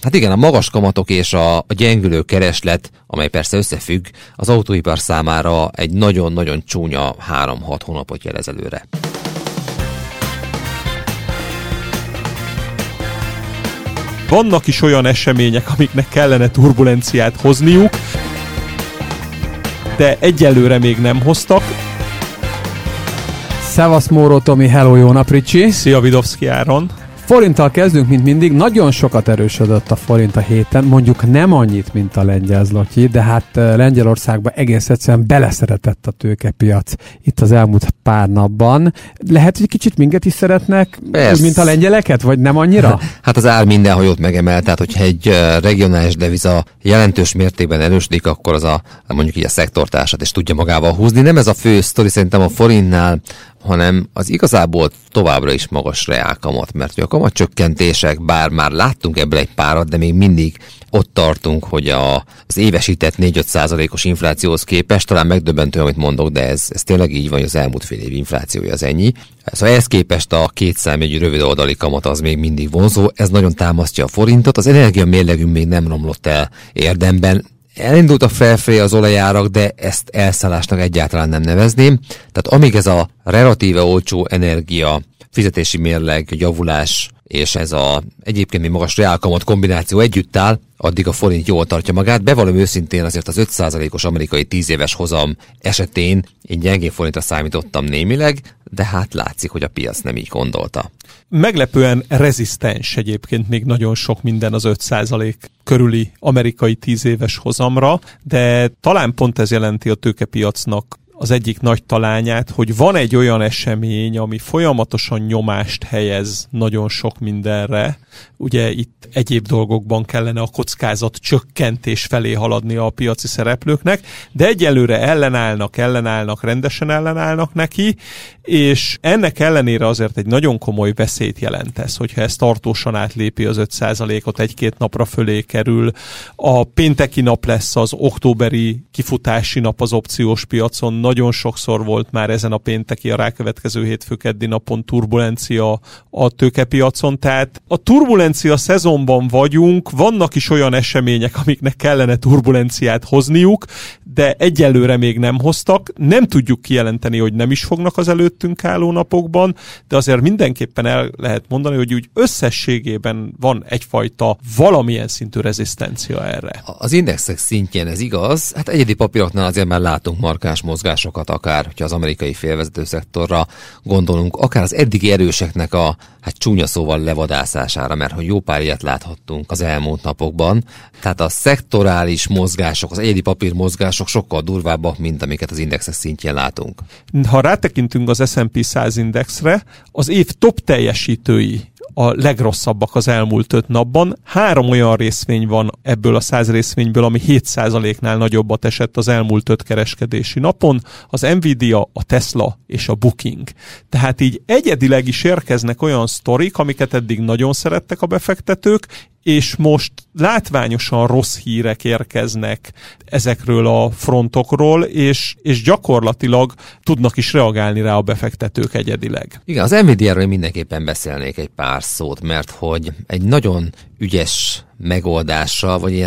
Hát igen, a magas kamatok és a gyengülő kereslet, amely persze összefügg, az autóipar számára egy nagyon-nagyon csúnya 3-6 hónapot jelez előre. Vannak is olyan események, amiknek kellene turbulenciát hozniuk, de egyelőre még nem hoztak. Szevasz Móró Tomi, hello, jó nap Ricsi! Szia Vidovszki Áron! Forinttal kezdünk, mint mindig. Nagyon sokat erősödött a forint a héten, mondjuk nem annyit, mint a lengyel zloty, de hát Lengyelországban egész egyszerűen beleszeretett a tőkepiac itt az elmúlt pár napban. Lehet, hogy kicsit minket is szeretnek, úgy, mint a lengyeleket, vagy nem annyira? Hát az ár minden hajót megemel, tehát hogyha egy regionális deviza jelentős mértékben erősödik, akkor az mondjuk így a szektortársat is tudja magával húzni. Nem ez a fő sztori szerintem a forintnál, hanem az igazából továbbra is magas reálkamat, mert a kamatcsökkentések, bár már láttunk ebből egy párat, de még mindig ott tartunk, hogy az évesített 4-5%-os inflációhoz képest, talán megdöbbentő, amit mondok, de ez tényleg így van, hogy az elmúlt fél év inflációja az ennyi. Szóval ehhez képest a kétszámjegyű rövid oldali kamat az még mindig vonzó, ez nagyon támasztja a forintot, az energia mérlegünk még nem romlott el érdemben. Elindult a felfelé az olajárak, de ezt elszállásnak egyáltalán nem nevezném. Tehát amíg ez a relatíve olcsó energia, fizetési mérleg, javulás és ez a egyébként még magas reálkamat kombináció együtt áll, addig a forint jól tartja magát. Bevallom őszintén, azért az 5%-os amerikai 10 éves hozam esetén én gyengén forintra számítottam némileg, de hát látszik, hogy a piac nem így gondolta. Meglepően rezisztens egyébként még nagyon sok minden az 5% körüli amerikai 10 éves hozamra, de talán pont ez jelenti a tőkepiacnak az egyik nagy talányát, hogy van egy olyan esemény, ami folyamatosan nyomást helyez nagyon sok mindenre. Ugye itt egyéb dolgokban kellene a kockázat csökkentés felé haladni a piaci szereplőknek, de egyelőre ellenállnak, rendesen ellenállnak neki, és ennek ellenére azért egy nagyon komoly veszélyt jelent ez, hogyha ez tartósan átlépi az 5%-ot, egy-két napra fölé kerül. A pénteki nap lesz az októberi kifutási nap az opciós piacon, nagyon sokszor volt már ezen a pénteki, a rákövetkező hétfő-keddi napon turbulencia a tőkepiacon, tehát a turbulencia szezonban vagyunk, vannak is olyan események, amiknek kellene turbulenciát hozniuk, de egyelőre még nem hoztak. Nem tudjuk kijelenteni, hogy nem is fognak az előttünk álló napokban, de azért mindenképpen el lehet mondani, hogy úgy összességében van egyfajta valamilyen szintű rezisztencia erre. Az indexek szintjén ez igaz, hát egyedi papíroknál azért már látunk markáns mozgásokat, akár hogyha az amerikai félvezető szektorra gondolunk, akár az eddigi erőseknek a csúnya szóval levadászására, mert hogy jó pár ilyet láthattunk az elmúlt napokban. Tehát a szektorális mozgások, az egyedi papír mozgások sokkal durvábbak, mint amiket az indexek szintjén látunk. Ha rátekintünk az S&P 100 indexre, az év top teljesítői a legrosszabbak az elmúlt 5 napban. 3 olyan részvény van ebből a 100 részvényből, ami 7%-nál nagyobbat esett az elmúlt 5 kereskedési napon. Az Nvidia, a Tesla és a Booking. Tehát így egyedileg is érkeznek olyan sztorik, amiket eddig nagyon szerettek a befektetők, és most látványosan rossz hírek érkeznek ezekről a frontokról, és gyakorlatilag tudnak is reagálni rá a befektetők egyedileg. Igen, az Nvidia-ről mindenképpen beszélnék egy pár szót, mert hogy egy nagyon ügyes megoldással, vagy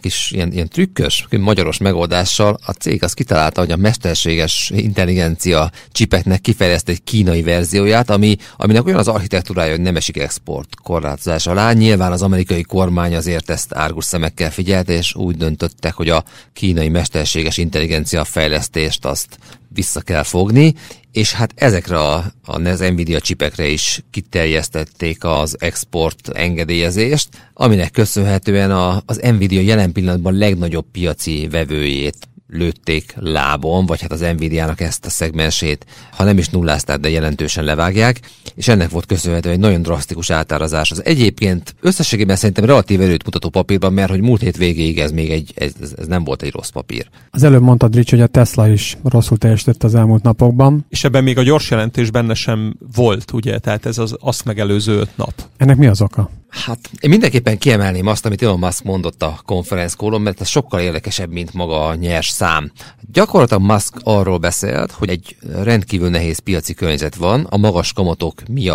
ilyen trükkös, magyaros megoldással a cég az kitalálta, hogy a mesterséges intelligencia csipeknek kifejleszt egy kínai verzióját, aminek olyan az architektúrája, hogy nem esik export korlátozás alá. Nyilván az amerikai kormány azért ezt árgus szemekkel figyelte, és úgy döntöttek, hogy a kínai mesterséges intelligencia fejlesztést azt vissza kell fogni, és hát ezekre az Nvidia csipekre is kiterjesztették az export engedélyezést, aminek köszönhetően az Nvidia jelen pillanatban legnagyobb piaci vevőjét lőtték lábon, vagy hát az Nvidia-nak ezt a szegmensét, ha nem is nullázták, de jelentősen levágják, és ennek volt köszönhető egy nagyon drasztikus átárazás. Az egyébként összességében szerintem relatív erőt mutató papírban, mert hogy múlt hét végéig ez még ez nem volt egy rossz papír. Az előbb mondtad, Rich, hogy a Tesla is rosszul teljesített az elmúlt napokban. És ebben még a gyors jelentés benne sem volt, ugye? Tehát ez az azt megelőző 5 nap. Ennek mi az oka? Hát én mindenképpen kiemelném azt, amit Elon Musk mondott a konferenckolon, mert ez sokkal érdekesebb, mint maga a nyers szám. Gyakorlatilag Musk arról beszélt, hogy egy rendkívül nehéz piaci környezet van, a magas kamatok miatt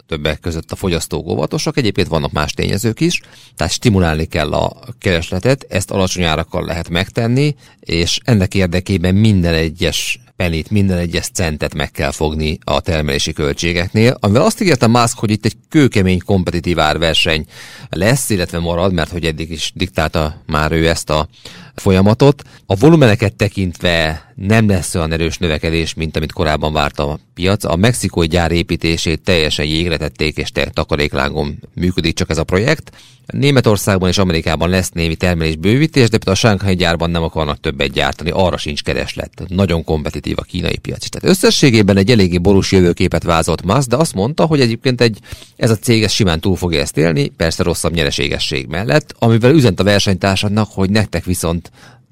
többek között a fogyasztók óvatosak, egyébként vannak más tényezők is, tehát stimulálni kell a keresletet, ezt alacsony árakkal lehet megtenni, és ennek érdekében minden egyes penit, minden egyes centet meg kell fogni a termelési költségeknél, amivel azt ígérte Musk, hogy itt egy kőkemény kompetitív árverseny lesz, illetve marad, mert hogy eddig is diktálta már ő ezt a folyamatot. A volumeneket tekintve nem lesz olyan erős növekedés, mint amit korábban várta a piac. A mexikói gyár építését teljesen jégre tették, és takaréklángon működik csak ez a projekt. Németországban és Amerikában lesz némi termelés bővítés, de például a shanghai gyárban nem akarnak többet gyártani, arra sincs kereslet. Nagyon kompetitív a kínai piac. Tehát összességében egy eléggé borús jövőképet vázolt Musk, de azt mondta, hogy egyébként ez a cég simán túl fogja ezt élni, persze rosszabb nyereségesség mellett, amivel üzent a versenytársaknak, hogy nektek viszont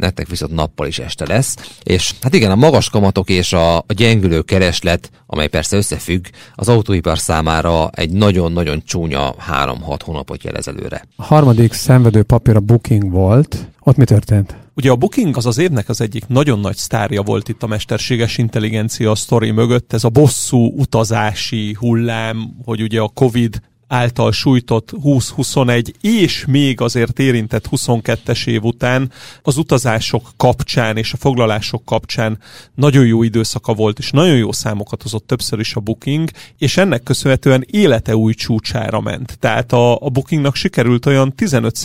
nappal is este lesz. És hát igen, a magas kamatok és a gyengülő kereslet, amely persze összefügg, az autóipar számára egy nagyon-nagyon csúnya 3-6 hónapot jelez előre. A harmadik szenvedő papír a Booking volt. Ott mi történt? Ugye a Booking az évnek az egyik nagyon nagy sztárja volt itt a mesterséges intelligencia sztori mögött, ez a bosszú utazási hullám, hogy ugye a Covid által sújtott 20-21 és még azért érintett 22-es év után az utazások kapcsán és a foglalások kapcsán nagyon jó időszaka volt, és nagyon jó számokat hozott többször is a Booking, és ennek köszönhetően élete új csúcsára ment. Tehát a Bookingnak sikerült olyan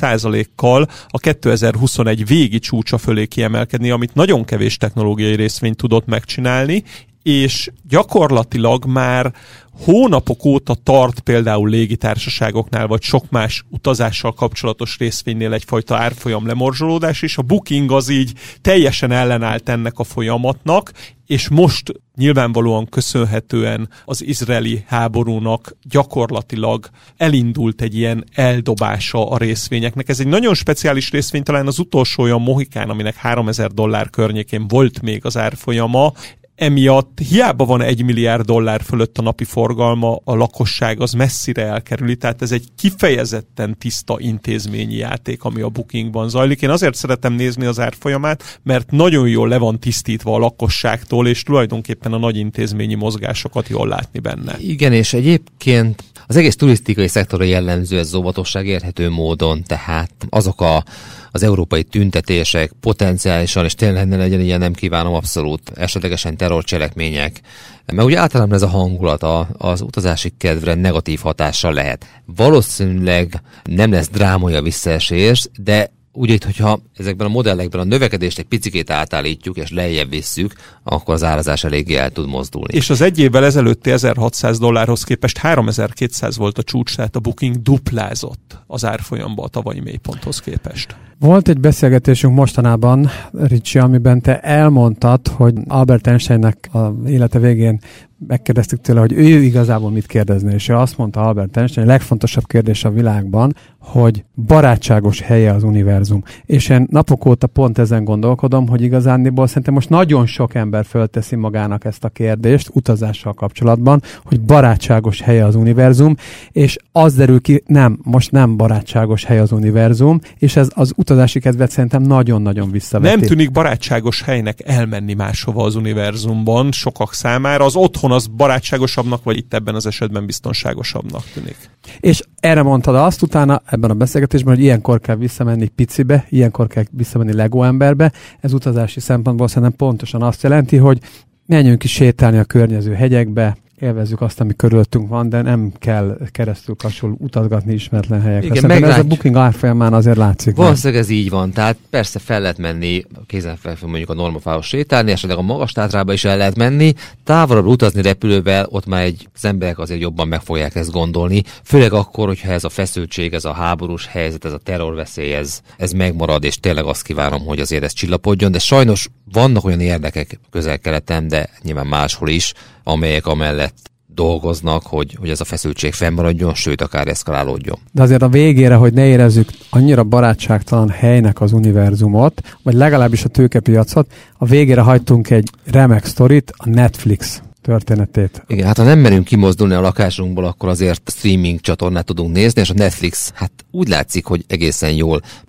15%-kal a 2021 végi csúcsa fölé kiemelkedni, amit nagyon kevés technológiai részvény tudott megcsinálni, és gyakorlatilag már hónapok óta tart például légitársaságoknál, vagy sok más utazással kapcsolatos részvénynél egyfajta árfolyam lemorzsolódás, és a Booking az így teljesen ellenállt ennek a folyamatnak, és most nyilvánvalóan köszönhetően az izraeli háborúnak gyakorlatilag elindult egy ilyen eldobása a részvényeknek. Ez egy nagyon speciális részvény, talán az utolsó olyan mohikán, aminek $3000 környékén volt még az árfolyama. Emiatt hiába van $1 milliárd fölött a napi forgalma, a lakosság az messzire elkerüli, tehát ez egy kifejezetten tiszta intézményi játék, ami a Bookingban zajlik. Én azért szeretem nézni az árfolyamát, mert nagyon jól le van tisztítva a lakosságtól, és tulajdonképpen a nagy intézményi mozgásokat jól látni benne. Igen, és egyébként az egész turisztikai szektorra jellemző ez az óvatosság érthető módon, tehát azok az európai tüntetések potenciálisan, és tényleg ne legyen ilyen, nem kívánom abszolút, esetlegesen terrorcselekmények, mert ugye általában ez a hangulat az utazási kedvre negatív hatással lehet. Valószínűleg nem lesz drámai a visszaesés, de ugye itt, hogyha ezekben a modellekben a növekedést egy picikét átállítjuk és lejjebb visszük, akkor az árazás eléggé el tud mozdulni. És az egy évvel ezelőtti $1600 képest 3200 volt a csúcs, tehát a Booking duplázott az árfolyamba a tavalyi mélyponthoz képest. Volt egy beszélgetésünk mostanában, Ricsi, amiben te elmondtad, hogy Albert Einsteinnek a élete végén megkérdeztük tőle, hogy ő igazából mit kérdezne, és ő azt mondta Albert Einstein, a legfontosabb kérdés a világban, hogy barátságos helye az univerzum. És én napok óta pont ezen gondolkodom, hogy igazándiból szerintem most nagyon sok ember fölteszi magának ezt a kérdést utazással kapcsolatban, hogy barátságos helye az univerzum, és az derül ki, most nem barátságos hely az univerzum, és ez az utazási kedvet szerintem nagyon-nagyon visszaveti. Nem tűnik barátságos helynek elmenni máshova az univerzumban sokak számára. Az otthon az barátságosabbnak, vagy itt ebben az esetben biztonságosabbnak tűnik. És erre mondtad azt utána ebben a beszélgetésben, hogy ilyenkor kell visszamenni picibe, ilyenkor kell visszamenni Lego emberbe. Ez utazási szempontból szerintem pontosan azt jelenti, hogy menjünk is sétálni a környező hegyekbe, élvezzük azt, ami körülöttünk van, de nem kell keresztül kasul utazgatni ismeretlen helyekre. Szerintem ez a Booking árfolyamán azért látszik. Valószínűleg ez így van, tehát persze fel lehet menni kézenfekvő mondjuk a normafához sétálni, esetleg a magas Tátrába is el lehet menni, távolabb utazni repülővel, ott már az emberek azért jobban meg fogják ezt gondolni, főleg akkor, hogyha ez a feszültség, ez a háborús helyzet, ez a terrorveszély, ez megmarad, és tényleg azt kívánom, hogy azért ez csillapodjon, de sajnos vannak olyan érdekek Közel-Keleten, de nyilván máshol is, amelyek amellett dolgoznak, hogy ez a feszültség fennmaradjon, sőt, akár eszkalálódjon. De azért a végére, hogy ne érezzük annyira barátságtalan helynek az univerzumot, vagy legalábbis a tőkepiacot, a végére hagytunk egy remek sztorit, a Netflix történetét. Igen, hát ha nem merünk kimozdulni a lakásunkból, akkor azért streaming csatornát tudunk nézni, és a Netflix, hát úgy látszik, hogy egészen jól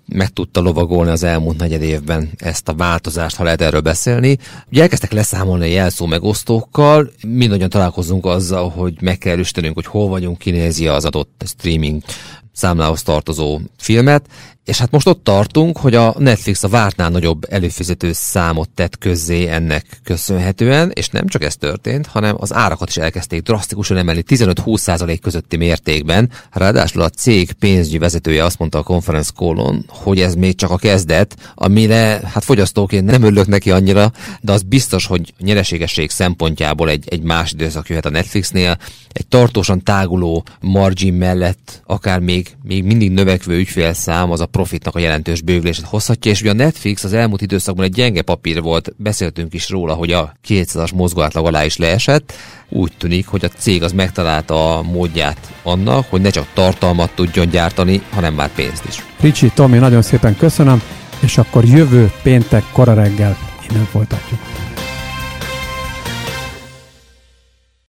meg tudta lovagolni az elmúlt negyed évben ezt a változást, ha lehet erről beszélni. Ugye elkezdtek leszámolni a jelszó megosztókkal, mindannyian találkozunk azzal, hogy meg kell erősítenünk, hogy hol vagyunk, kinézi az adott streaming számlához tartozó filmet, és hát most ott tartunk, hogy a Netflix a vártnál nagyobb előfizető számot tett közzé ennek köszönhetően, és nem csak ez történt, hanem az árakat is elkezdték drasztikusan emelni 15-20% közötti mértékben. Ráadásul a cég pénzügyi vezetője azt mondta a conference call-on, hogy ez még csak a kezdet, amire hát fogyasztóként nem örülök neki annyira, de az biztos, hogy a nyereségesség szempontjából egy más időszak jöhet a Netflixnél, egy tartósan táguló margin mellett akár még mindig növekvő ügyfélszám az a profitnak a jelentős bővülését hozhatja, és ugye a Netflix az elmúlt időszakban egy gyenge papír volt, beszéltünk is róla, hogy a 200-as mozgóátlag alá is leesett. Úgy tűnik, hogy a cég az megtalálta a módját annak, hogy ne csak tartalmat tudjon gyártani, hanem már pénzt is. Ricsi, Tomi, nagyon szépen köszönöm, és akkor jövő péntek kora reggel innen folytatjuk.